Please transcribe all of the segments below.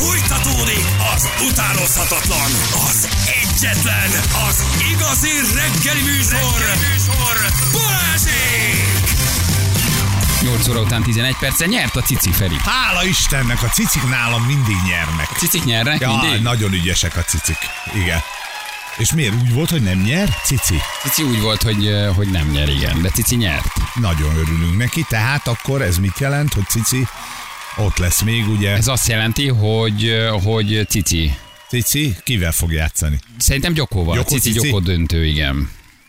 Fújtatódik az utánozhatatlan, az egyetlen, az igazi reggeli műsor, Balázsék! 8 óra után 11 perccel nyert a cici, Feri. Hála Istennek, a cicik nálam mindig nyernek. A cicik nyernek Ja, mindig? nagyon ügyesek a cicik. Igen. És miért úgy volt, hogy nem nyer? Cici. Cici úgy volt, hogy nem nyer, igen, de cici nyert. Nagyon örülünk neki, tehát akkor ez mit jelent, hogy cici ott lesz még, ugye? Ez azt jelenti, hogy cici. Cici kivel fog játszani? Szerintem Gyokóval. Gyoko, Cici cici? Gyokó döntő, igen.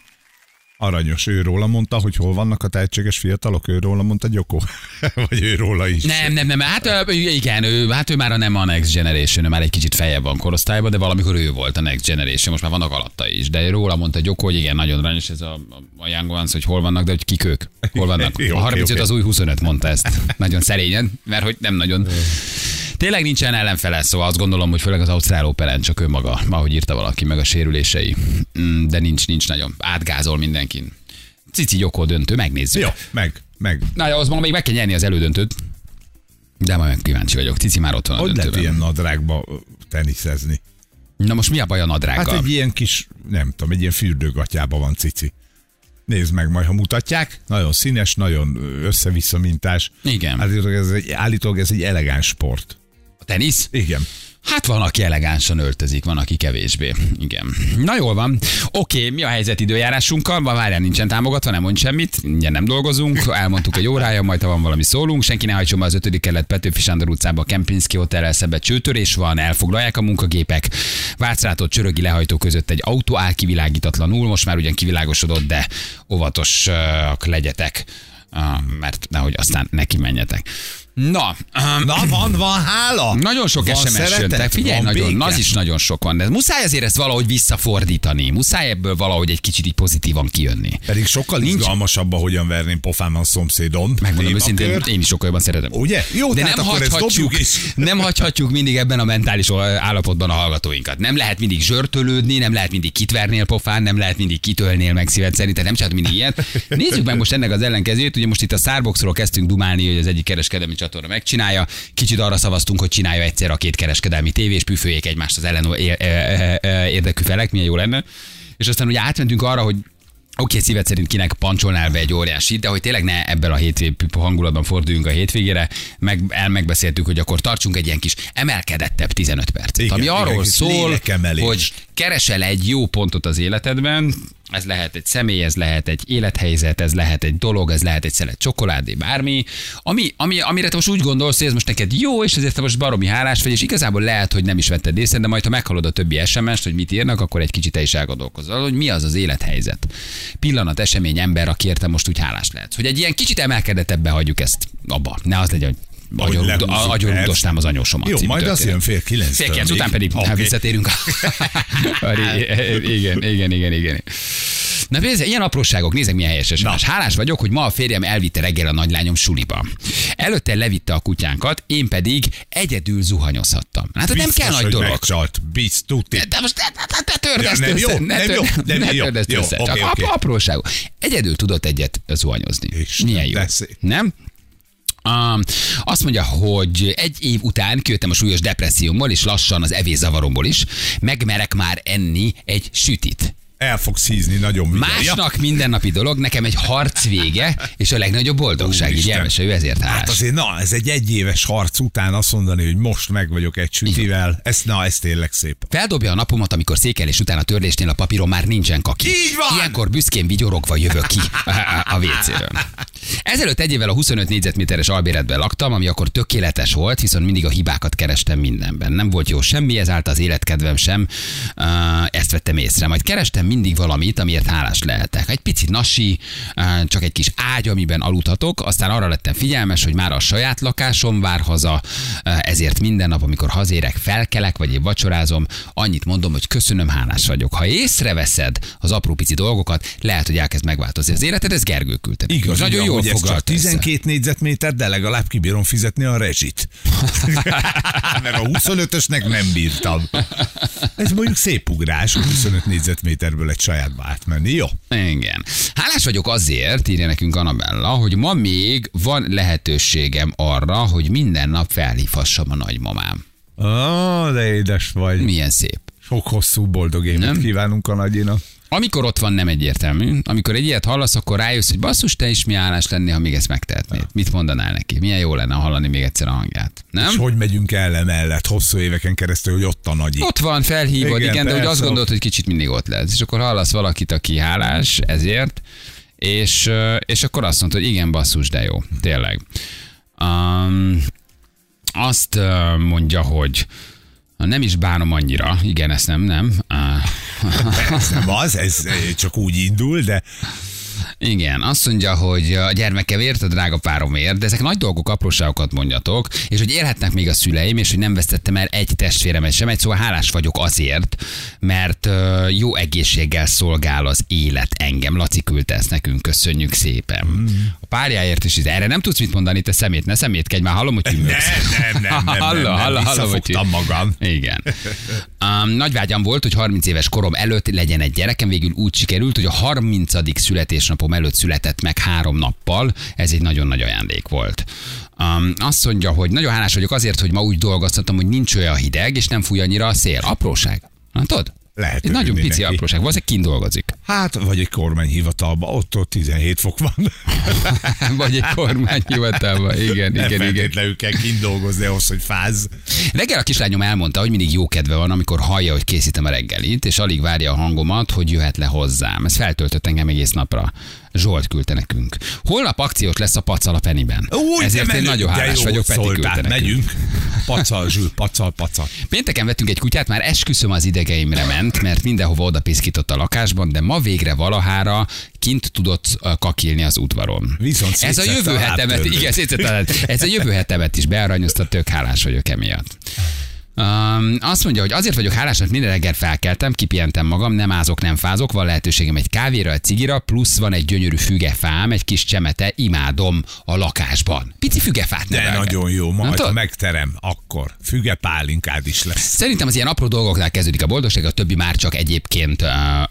Aranyos, ő róla mondta, hogy hol vannak a tehetséges fiatalok, ő róla mondta Gyokó. Vagy ő róla is. Nem, hát igen, ő már nem a Next Generation, ő már egy kicsit feljebb van korosztályban, de valamikor ő volt a Next Generation, most már vannak alatta is. De róla mondta Gyokó, hogy igen, nagyon aranyos ez a Young Ones, hogy hol vannak, de hogy kik ők, hol vannak. Jó, A 35 oké. az új 25 mondta ezt, nagyon szerényen, mert hogy nem nagyon... Tényleg nincsen ellenfele, szóval azt gondolom, hogy főleg az Ausztrál Operen csak ő maga, ahogy írta valaki, meg a sérülései. De nincs nagyon. Átgázol mindenkin. Cici Gyokó döntő, megnézzük. Jó, meg. Na, az ma még meg kell nyerni az elődöntőt. De majd kíváncsi vagyok. Cici már ott van a Hogy lehet döntőben. ilyen nadrágba teniszezni? Na most mi a baj a nadrággal? Hát egy ilyen kis, nem tudom, egy ilyen fürdőgatyában van cici. Nézd meg majd, ha mutatják. Nagyon színes, nagyon össze-vissza mintás. Igen. Állítólag ez egy elegáns sport. A tenisz? Igen. Hát van, aki elegánsan öltözik, van, aki kevésbé. Igen. Na jól van. Oké, mi a helyzet időjárásunkkal? Várjál, nincsen támogatva, nem mondj semmit, ingyen nem dolgozunk, elmondtuk egy órája, majd ha van valami szólunk. Senki ne hajtson be az 5. kerület Petőfi Sándor utcába, a Kempinski Hotel szembe csőtörés van, elfoglalják a munkagépek. Vácrától Csörögi lehajtó között egy autó áll kivilágítatlanul, most már ugyan kivilágosodott, de óvatosak legyetek, mert nehogy aztán neki menjetek. Na, van hála. nagyon sok Van SMS szeretet, jöntek. Figyelj, van nagyon, béke. az is nagyon sok van, de muszáj azért ezt valahogy visszafordítani. Muszáj ebből valahogy egy kicsit így pozitívan kijönni. Pedig sokkal izgalmasabb, ahogyan verném pofán a szomszédon. Megmondom őszintén, Témakör. én is sokkal jobban szeretem. Ugye? Jó, De tehát nem akkor ezt hagyhatjuk, dobjuk is. nem hagyhatjuk mindig ebben a mentális állapotban a hallgatóinkat. Nem lehet mindig zsörtölődni, nem lehet mindig kitvernél pofán, nem lehet mindig kitölnél meg szíved szerint, tehát nem csinálhat mindig ilyet. Nézzük meg most ennek az ellenkezőjét. Ugye most itt a Starbucksról kezdtünk dumálni, hogy az egyik kereskedelmi csatorna megcsinálja. Kicsit arra szavaztunk, hogy csinálja egyszer a két kereskedelmi tévés, püföljék egymást az ellen érdekű felek, milyen jó lenne. És aztán ugye átmentünk arra, hogy oké, szíved szerint kinek pancsolnál be egy óriásit, de hogy tényleg ne ebben a hangulatban forduljunk a hétvégére, megbeszéltük, hogy akkor tartsunk egy ilyen kis emelkedettebb 15 percet, Igen, ami arról igen, szól, lélekemelés. hogy keresel egy jó pontot az életedben, ez lehet egy személy, ez lehet egy élethelyzet, ez lehet egy dolog, ez lehet egy szelet csokoládé, bármi, amire te most úgy gondolsz, hogy ez most neked jó, és ezért te most baromi hálás vagy, és igazából lehet, hogy nem is vetted észre, de majd ha meghallod a többi SMS-t, hogy mit írnak, akkor egy kicsit te is elgondolkozol, hogy mi az az élethelyzet. Pillanat, esemény, ember, aki érte most úgy hálás lehetsz. Hogy egy ilyen kicsit emelkedettebbe hagyjuk ezt abba. Ne az legyen, hogy agyonrúdosnám az anyósomat. Jó, című majd az történet. jön 8:30. Fél 9 után pedig visszatérünk. Igen. Na nézd, ilyen apróságok, nézzek milyen helyes SMS. Hálás vagyok, hogy ma a férjem elvitte reggel a nagylányom suliba. Előtte levitte a kutyánkat, én pedig egyedül zuhanyozhattam. Hát nem kell nagy dolog. Megcsalt, tuti. De most ne törd ezt nem össze. jó, Ne nem jó, nem ne jó. törd ezt Jó, össze. oké, Csak oké. apróságok. Egyedül tudott egyet zuhanyozni. Isten, Milyen jó. de szép. Nem? Azt mondja, hogy egy év után kijöttem a súlyos depressziómból, és lassan az evészzavaromból is, megmerek már enni egy sütit. El fogsz hízni nagyon mindjárt. Másnak mindennapi dolog, nekem egy harc vége, és a legnagyobb boldogság. Így Úristen. elmese, ő ezért hálás. Hát azért, ez egy egyéves harc után azt mondani, hogy most meg vagyok egy sütivel, ez tényleg szép. Feldobja a napomat, amikor székelés után a törlésnél a papíron már nincsen kaki. Így van! Ilyenkor büszkén vigyorogva jövök ki a WC-ről. Ezelőtt egy évvel a 25 négyzetméteres albéletben laktam, ami akkor tökéletes volt, viszont mindig a hibákat kerestem mindenben. Nem volt jó semmi, ezáltal az életkedvem sem. Ezt vettem észre. Majd kerestem mindig valamit, amiért hálás lehetek. Egy picit nasi, csak egy kis ágy, amiben aludhatok, aztán arra lettem figyelmes, hogy már a saját lakásom vár haza, ezért minden nap, amikor hazérek, felkelek, vagy én vacsorázom, annyit mondom, hogy köszönöm, hálás vagyok. Ha észreveszed az apró pici dolgokat, lehet, hogy elkezd megváltozni az életed, ez Gergő küldte. Igaz, nagyon jól hogy ez csak foglalt 12 négyzetméter, de legalább kibírom fizetni a rezsit. Mert a 25-ösnek nem bírtam. Ez mondjuk szép ugrás, hogy 25 négyzetméterből egy sajátba átmenni. Jó. Igen. Hálás vagyok azért, írja nekünk Annabella, hogy ma még van lehetőségem arra, hogy minden nap felhívhassam a nagymamám. De édes vagy. Milyen szép. Sok hosszú boldog évet kívánunk a nagyinak. Amikor ott van, nem egyértelmű. Amikor egy ilyet hallasz, akkor rájössz, hogy basszus, te is mi állás lenni, ha még ezt megtehetnéd. Mit mondanál neki? Milyen jó lenne hallani még egyszer a hangját. Nem? És hogy megyünk el mellett hosszú éveken keresztül, hogy ott a nagyi. Ott van, felhívod, igen, de úgy azt gondolod, hogy kicsit mindig ott lesz. És akkor hallasz valakit, aki hálás ezért, és akkor azt mondod, hogy igen, basszus, de jó. Tényleg. Azt mondja, hogy nem is bánom annyira. Igen, ezt nem. Ez nem az, ez csak úgy indul, de... Igen, azt mondja, hogy a gyermekemért, a drága páromért, de ezek nagy dolgok, apróságokat mondjatok, és hogy élhetnek még a szüleim, és hogy nem vesztettem el egy testvéremet sem, szóval hálás vagyok azért, mert jó egészséggel szolgál az élet engem. Laci küldte ezt nekünk, köszönjük szépen. A párjáért is, erre nem tudsz mit mondani, te ne szemétkedj, már hallom, hogy tűnősz. Nem, visszafogtam magam. Igen. Nagy vágyam volt, hogy 30 éves korom előtt legyen egy gyerekem, végül úgy sikerült, hogy a 30. születésnapom előtt született meg 3 nappal, ez egy nagyon nagy ajándék volt. Azt mondja, hogy nagyon hálás vagyok azért, hogy ma úgy dolgoztatom, hogy nincs olyan hideg, és nem fúj annyira a szél. Apróság. Tudod? Lehet. Egy nagyon pici apróság, valószínűleg kint dolgozik. Hát, vagy egy kormányhivatalban, ott 17 fok van. Vagy egy kormányhivatalban, igen. Feltétlenül kell kint dolgozni ahhoz, hogy fáz. Reggel a kislányom elmondta, hogy mindig jó kedve van, amikor hallja, hogy készítem a reggelit, és alig várja a hangomat, hogy jöhet le hozzám. Ez feltöltött engem egész napra. Zsolt küldte nekünk. Holnap akciós lesz a Pacal a Pennyben. Ezért én nagyon hálás vagyok, Peti küldte nekünk. Megyünk. Pacal, Zsül, pacal. Pénteken vettünk egy kutyát, már esküszöm az idegeimre ment, mert mindenhova oda piszkított a lakásban, de ma végre valahára kint tudott kakilni az udvaron. Viszont ez a jövő hetemet, igen, ez a jövő hetemet is bearanyozta, tök hálás vagyok emiatt. Azt mondja, hogy azért vagyok hálás, mert minden reggel felkeltem, kipihentem magam, nem ázok, nem fázok, van lehetőségem egy kávéra, egy cigira, plusz van egy gyönyörű fügefám, egy kis csemete, imádom a lakásban. Pici fügefát nevelget. De nagyon jó, majd ha megterem, akkor fügepálinkád is lesz. Szerintem az ilyen apró dolgoknál kezdődik a boldogság, a többi már csak egyébként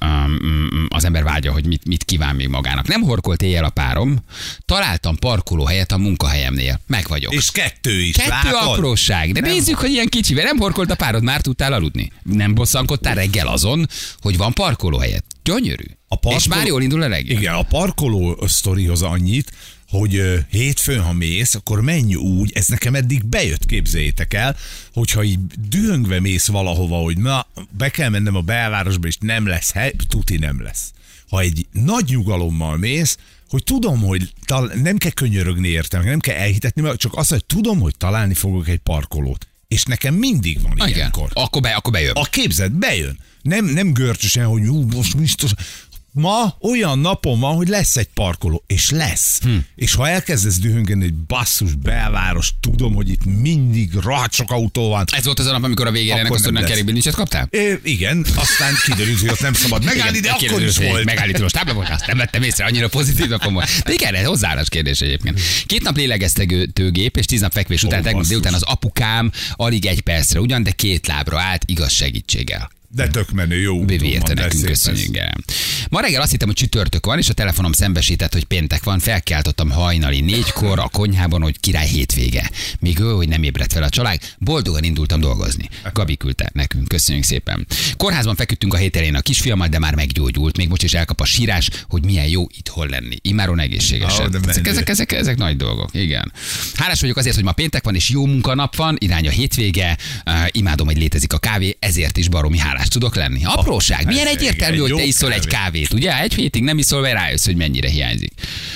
az ember vágya, hogy mit kíván még magának. Nem horkolt éjjel a párom, találtam parkolóhelyet a munkahelyemnél. Meg vagyok. És 2 is, 2 apróság, de nem. Nézzük, hogy ilyen kicsivel nem horkolt a párod, már tudtál aludni. Nem bosszankodtál reggel azon, hogy van parkolóhelyet. Gyönyörű. És már jól indul a reggel. Igen, a parkoló sztorihoz annyit, hogy hétfőn, ha mész, akkor menj úgy, ez nekem eddig bejött, képzeljétek el, hogyha így dühöngve mész valahova, hogy na, be kell mennem a belvárosba, és nem lesz hely, tuti nem lesz. Ha egy nagy nyugalommal mész, hogy tudom, hogy nem kell könyörögni értem, nem kell elhitetni, csak azt, hogy tudom, hogy találni fogok egy parkolót. És nekem mindig van ilyenkor. Akkor bejön. A képzeld, bejön. Nem görcsösen, hogy most biztos. Ma olyan napon van, hogy lesz egy parkoló, és lesz. És ha elkezdesz dühöngeni, hogy basszus, belváros, tudom, hogy itt mindig rohadt sok autó van. Ez volt az a nap, amikor a végére ennek a szörnek kerékbilincset kaptál? Igen, aztán kiderült, hogy ott nem szabad megállni, de akkor is volt. Megállítós tábla volt, azt nem vettem észre, annyira pozitív napom volt. De igen, ez hozzáállás kérdés egyébként. 2 nap lélegeztetőgép és 10 nap fekvés után, tegnap délután az apukám alig 1 percre ugyan, de 2 lábra állt, igaz segítséggel. De tök menő, jó úton van, nekünk, köszönjük. Ma reggel azt hittem, hogy csütörtök van, és a telefonom szembesített, hogy péntek van. Felkeltottam hajnali 4-kor a konyhában, hogy király hétvége. Még ő, hogy nem ébredt fel a család, boldogan indultam dolgozni. Gabi küldte nekünk, köszönjük szépen. Kórházban feküdtünk a hét elején a kisfiammal, de már meggyógyult. Még most is elkap a sírás, hogy milyen jó itthon lenni. Imáron egészségesen. Ezek nagy dolgok, igen. Hálás vagyok azért, hogy ma péntek van, és jó munkanap van, irány a hétvége. Imádom, hogy létezik a kávé, ezért is baromi hálás tudok lenni. Apróság. Milyen egyértelmű, hogy te iszol egy kávét, ugye? Egy hétig nem iszol, vagy rájössz, hogy mennyire hiányzik.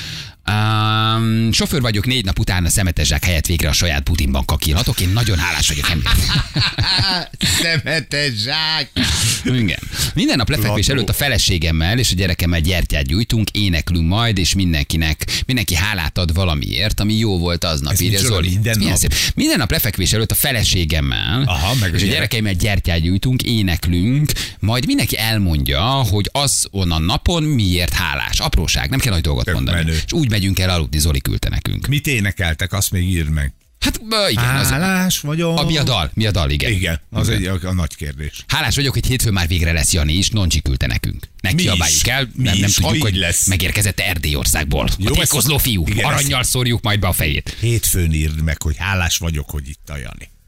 Sofőr vagyok, 4 nap után a szemetes zsák helyett végre a saját Putinban kakilhatok. Én nagyon hálás vagyok. Szemetes zsák. Igen. Minden nap lefekvés előtt a feleségemmel és a gyerekemmel gyertyát gyújtunk, éneklünk majd, és mindenki hálát ad valamiért, ami jó volt aznap, írja Zoli. Minden nap lefekvés előtt a feleségemmel és a gyerekeimmel gyertyát gyújtunk, éneklünk, majd mindenki elmondja, hogy azon a napon miért hálás. Apróság, nem kell nagy dolgot mondani. És úgy megyünk el aludni, Zoli küldte nekünk. Mit énekeltek, azt még írd meg. Hát igen. Hálás vagyok. Mi a dal, igen. Igen, az a nagy kérdés. Hálás vagyok, hogy hétfőn már végre lesz Jani is, Noncsi küldte nekünk. Kiabáljuk el, nem tudjuk, hogy lesz. Megérkezett Erdélyországból. Jó, a tékozló fiú, arannyal szórjuk majd be a fejét. Hétfőn írd meg, hogy hálás vagyok, hogy itt a Jani.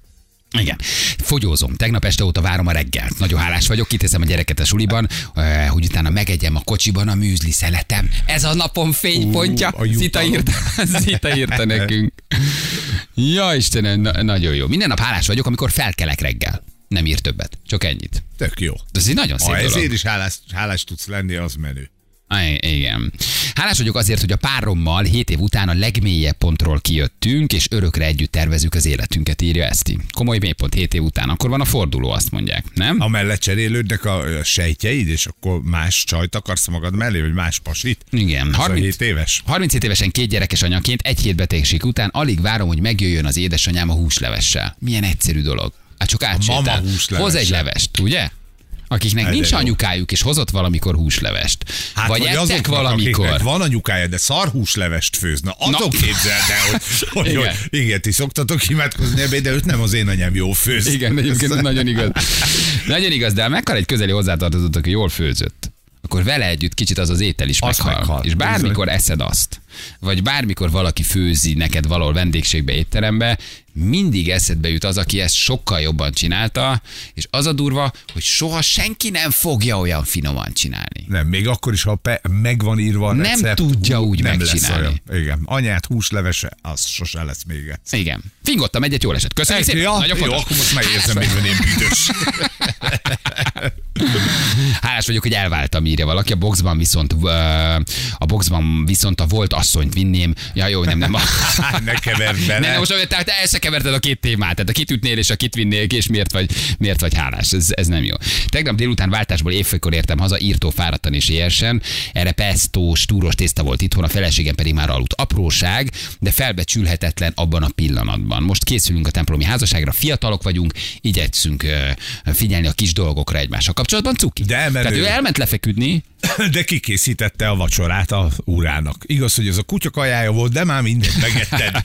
Igen. Fogyózom. Tegnap este óta várom a reggelt. Nagyon hálás vagyok, kiteszem a gyereket a suliban, hogy utána megegyem a kocsiban a műzli szeletem. Ez a napom fénypontja. Zita írta nekünk. Ja, Istenem, nagyon jó. Minden nap hálás vagyok, amikor felkelek reggel. Nem ír többet, csak ennyit. Tök jó. Ez egy nagyon szép dolog. Ezért is hálás tudsz lenni, az menő. Igen. Hálás vagyok azért, hogy a párommal 7 év után a legmélyebb pontról kijöttünk, és örökre együtt tervezzük az életünket, írja Eszti. Komoly mélypont 7 év után, akkor van a forduló, azt mondják, nem? Amellett cserélődnek a sejtjeid, és akkor más csajt akarsz magad mellé, vagy más pasit? Igen. 37 éves? 37 évesen 2 gyerekes anyaként, 1 hét betegség után alig várom, hogy megjöjjön az édesanyám a húslevessel. Milyen egyszerű dolog. Hát csak átsétál. Hoz egy levest, ugye? Akiknek nincs anyukájuk, és hozott valamikor húslevest. Hát vagy ettek valamikor. Van anyukája, de szarhúslevest főz. Na, azon képzeld el, hogy igen, ti szoktatok imádkozni ebbe, de őt nem az én anyám jól főz. Igen, egyébként nagyon igaz. Nagyon igaz, de mekkora egy közeli hozzátartozott, aki jól főzött, akkor vele együtt kicsit az étel is meghal. És bármikor eszed azt, vagy bármikor valaki főzi neked valahol vendégségbe, étterembe, mindig eszedbe jut az, aki ezt sokkal jobban csinálta, és az a durva, hogy soha senki nem fogja olyan finoman csinálni. Nem, még akkor is, ha meg van írva a recept, nem tudja úgy nem megcsinálni. Igen, anyát húslevese, az sose lesz még egyszer. Igen. Fingottam egyet, jól esett. Köszönjük szépen. Ja, nagyon fontos. Jó, akkor most megérzem, hogy én büdös. Hálás vagyok, hogy elváltam, írja valaki. A boxban viszont a volt asszonyt vinném. Ja, jó, nem. Ne keverd bele. Nem, most tehát összekeverted a két témát, tehát a kit ütnél és a kit vinnél, és miért vagy hálás. Ez nem jó. Tegnap délután váltásból évfélkor értem haza, írtó fáradtan és éhesen. Erre pestós, túros tészta volt itthon, a feleségem pedig már aludt. Apróság, de felbecsülhetetlen abban a pillanatban. Most készülünk a templomi házasságra, fiatalok vagyunk, igyekszünk figyelni a kis dolgokra egymással kapcsolatban, cuki. Tehát ő elment lefeküdni. De kikészítette a vacsorát a úrának. Igaz, hogy ez a kutya kajája volt, de már mindent megetted.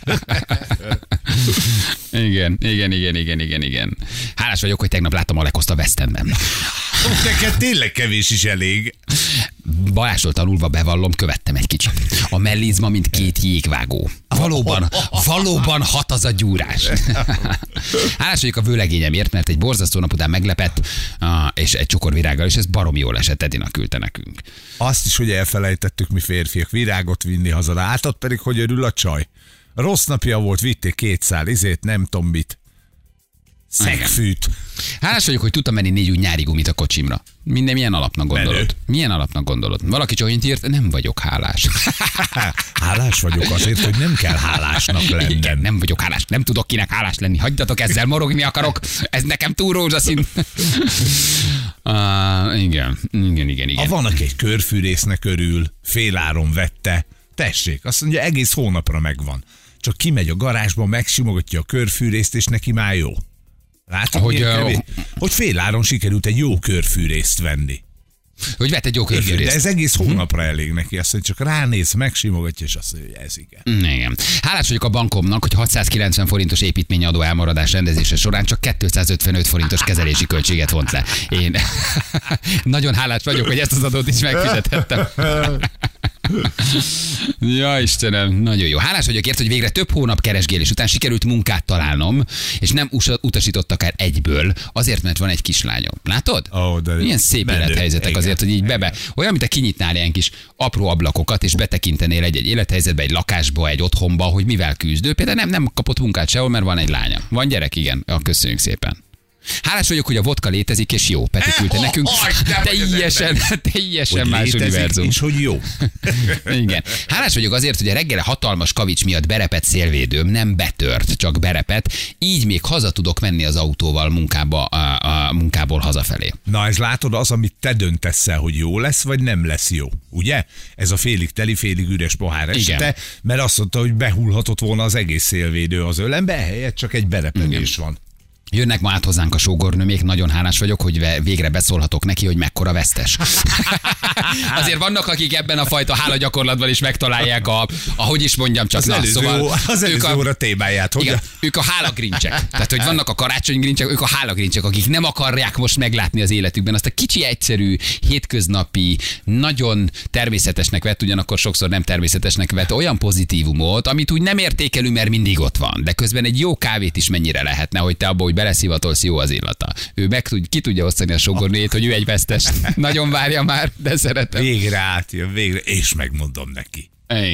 Igen. Hálás vagyok, hogy tegnap láttam Alekoszt a West Endben. Neked tényleg kevés is elég. Balástól tanulva bevallom, követtem egy kicsit. A mellizma, mint 2 jégvágó. Valóban hat az a gyúrás. Hálás vagyok a vőlegényemért, mert egy borzasztó nap után meglepett, és egy csokorvirággal, és ez baromi jól esett, Edina küldte nekünk. Azt is, hogy elfelejtettük mi férfiak virágot vinni haza, látod pedig, hogy örül a csaj. Rossz napja volt, vitték 2 szál nem tudom mit. Szegfűt. Hálás vagyok, hogy tudtam menni 4 úgy nyári gumit a kocsimra. Milyen alapnak gondolod? Menő. Milyen alapnak gondolod? Valaki csak írt, nem vagyok hálás. Hálás vagyok azért, hogy nem kell hálásnak lennem. Igen, nem vagyok hálás, nem tudok kinek hálás lenni. Hagyjatok ezzel, morogni akarok. Ez nekem túl rózsaszín. Igen. Ha van, aki egy körfűrésznek örül, féláron vette, tessék, azt mondja, egész hónapra megvan. Csak kimegy a garázsba, megsimogatja a körfűrészt, és neki már jó. Látod, hogy féláron sikerült egy jó körfűrészt venni. Hogy vett egy jó körfűrészt. Igen, de ez egész hónapra elég neki. Azt mondja, csak ránéz, megsimogatja, és azt mondja, hogy ez igen. Igen. Hálás vagyok a bankomnak, hogy 690 forintos építményadó elmaradás rendezése során csak 255 forintos kezelési költséget vont le. Én nagyon hálás vagyok, hogy ezt az adót is megfizethettem. Ja, Istenem, nagyon jó. Hálás vagyok ért, hogy végre több hónap keresgélés után sikerült munkát találnom, és nem utasítottak el egyből, azért, mert van egy kislányom. Látod? Milyen szép élethelyzetek azért, hogy így bebe. Olyan, mint a kinyitnál ilyen kis apró ablakokat, és betekintenél egy élethelyzetbe, egy lakásba, egy otthonba, hogy mivel küzdő. Például nem kapott munkát sehol, mert van egy lánya. Van gyerek, igen. Köszönjük szépen. Hálás vagyok, hogy a vodka létezik, és jó. Peti küldte nekünk. Teljesen más univerzum. És hogy jó. Igen. Hálás vagyok azért, hogy a reggele hatalmas kavics miatt berepett szélvédőm nem betört, csak berepett. Így még haza tudok menni az autóval munkából hazafelé. Na ez látod az, amit te döntesz el, hogy jó lesz, vagy nem lesz jó. Ugye? Ez a félig teli, félig üres pohár este, mert azt mondta, hogy behullhatott volna az egész szélvédő az ölembe, ehelyett csak egy berepedés van. Jönnek ma át hozzánk a sógornőmék, nagyon hálás vagyok, hogy végre beszólhatok neki, hogy mekkora vesztes. Azért vannak, akik ebben a fajta hálagyakorlatban is megtalálják ahogy is mondjam, csak az előző óra témáját. Igen, ők a hálagrincsek. Tehát, hogy vannak a karácsonygrincsek, ők a hálagrincsek, akik nem akarják most meglátni az életükben azt a kicsi, egyszerű, hétköznapi, nagyon természetesnek vett, ugyanakkor sokszor nem természetesnek vett olyan pozitívumot, amit úgy nem értékelünk, mert mindig ott van. De közben egy jó kávét is mennyire lehetne, hogy te abba, hogy beleszivatolsz, jó az illata. Ő ki tudja osztani a sógornéjét, hogy ő egy vesztes. Nagyon várja már, de szeretem. Végre átjön, végre, és megmondom neki.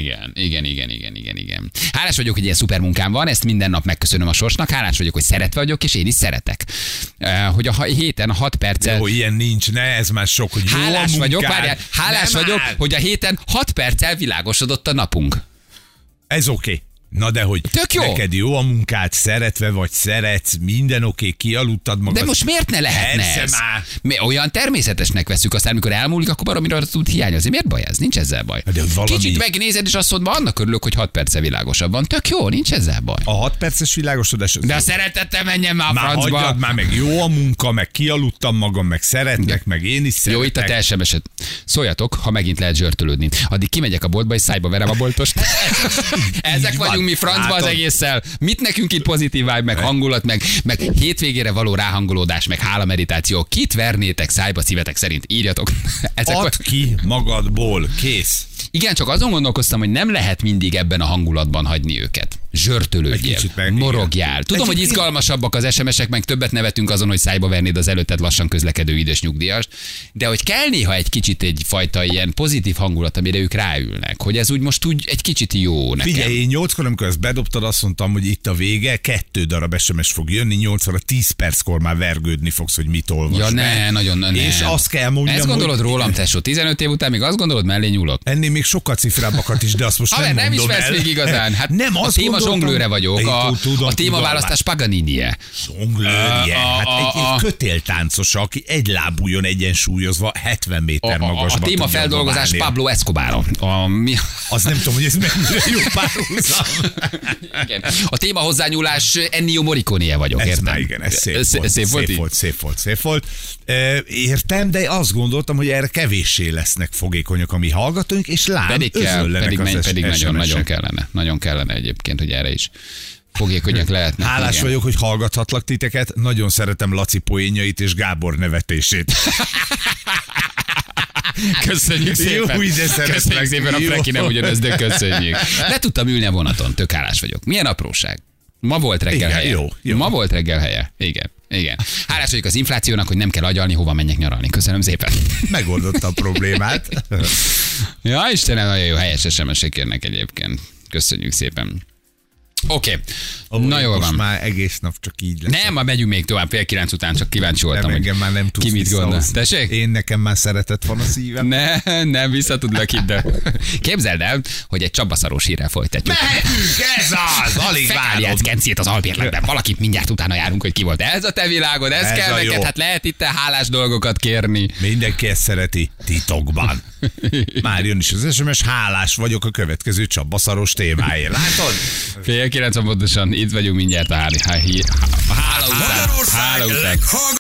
Igen. Hálás vagyok, hogy ilyen szuper munkám van, ezt minden nap megköszönöm a sorsnak, hálás vagyok, hogy szeretve vagyok, és én is szeretek. Hogy a héten 6 perccel... Jó, ilyen nincs, ne, ez már sok, hogy jó hálás a vagyok, munkád. várjál, hálás vagyok, hogy a héten 6 perccel világosodott a napunk. Ez oké. Na de hogy tök jó. Neked jó a munkát, szeretve vagy szeretsz, minden oké, kialudtad magad. De most miért ne lehetne Persze ez? már. Mi olyan természetesnek veszük, aztán mikor elmúlik, akkor baromira tud hiányozni. Miért baj ez? Nincs ezzel baj. De valami... Kicsit megnézed, és azt mondod, annak örülök, hogy 6 perce világosabb van. Tök jó, nincs ezzel baj. A 6 perces világosodás... De a szeretettel menjen már a francba. Hagyjad már, meg jó a munka, meg kialudtam magam, meg szeretnek, meg én is szeretek. Jó, itt a te SMS-et. Szóljatok, ha megint lehet zsörtölődni. Addig kimegyek a boltba, és szájba verem a boltost. Ezek vagyunk mi francba az egésszel. Mit nekünk itt pozitív vibe, meg hangulat, meg hétvégére való ráhangolódás, meg hálameditáció. Kit vernétek szájba szívetek szerint? Írjatok. Add ki magadból, kész. Igen, csak azon gondolkoztam, hogy nem lehet mindig ebben a hangulatban hagyni őket. Zsörtölődjél, morogjál. Tudom, hogy izgalmasabbak az SMS-ek, meg többet nevetünk azon, hogy szájba vernéd az előtted lassan közlekedő idős nyugdíjast, de hogy kell néha egy kicsit egyfajta ilyen pozitív hangulat, amire ők ráülnek, hogy ez úgy most úgy egy kicsit jó nekem. Figyelj, én 8-kor, amikor ezt bedobtad, azt mondtam, hogy itt a vége, 2 darab SMS fog jönni, 8 óra 10 perckor már vergődni fogsz, hogy mit olvas. Ja, nagyon. És azt kell mondjam, ezt gondolod hogy... rólam, tesó, 15 év után még azt gondolod, mellé nyúlok. Ennél még sokkal cifrábbakat is, de azt most nem nem is mondom vesz el. még igazán. Hát nem, a téma zsonglőre vagyok, a témaválasztás Paganini-je. Zsonglőrje, hát egy kötéltáncos, aki egylábújon egyensúlyozva 70 méter magasba. A témafeldolgozás Pablo Escobar. Az nem tudom, hogy ez mennyire jó párhuzam. A téma hozzányúlás Ennio Morricone-je vagyok, értem? Már igen, ez szép volt. Értem, de azt gondoltam, hogy erre kevéssé lesznek fogékonyak a mi hallgatóink, és lám, pedig nagyon kellene egyébként, hogy erre is fogékonyak lehetnek. Hálás igen. vagyok, hogy hallgathatlak titeket, nagyon szeretem Laci poénjait és Gábor nevetését. Köszönjük szépen. Jó, köszönjük szépen, a Freki nem ugyanez, de köszönjük. Le tudtam ülni a vonaton, tök hálás vagyok. Milyen apróság. Ma volt reggel helye. Jó. Ma volt reggel helye. Igen. Hálás vagyok az inflációnak, hogy nem kell agyalni, hova menjek nyaralni. Köszönöm szépen. Megoldotta a problémát. Ja, Istenem, nagyon jó helyes SMS-ek jönnek egyébként. Köszönjük szépen. Oké. Na jól van. Most már egész nap csak így lesz. Nem, ma megyünk még tovább, 8:30 után, csak kíváncsi voltam, engem hogy már nem tudsz ki mit gondol. Tessék? Én nekem már szeretet van a szívem. Nem vissza tudlak itt, de képzeld el, hogy egy csapaszarós hírrel folytatjuk. Mehetünk, ez az! Alig várom. Kencét az albérletben. Valakit mindjárt utána járunk, hogy ki volt. Ez a te világod, ez kell neked, jó. hát lehet itt hálás dolgokat kérni. Mindenki ezt szereti titokban. Már jön is az SMS, hálás vagyok a következő csapaszaros témáért. Látod? 8:30 pontosan, itt vagyunk mindjárt a hála után.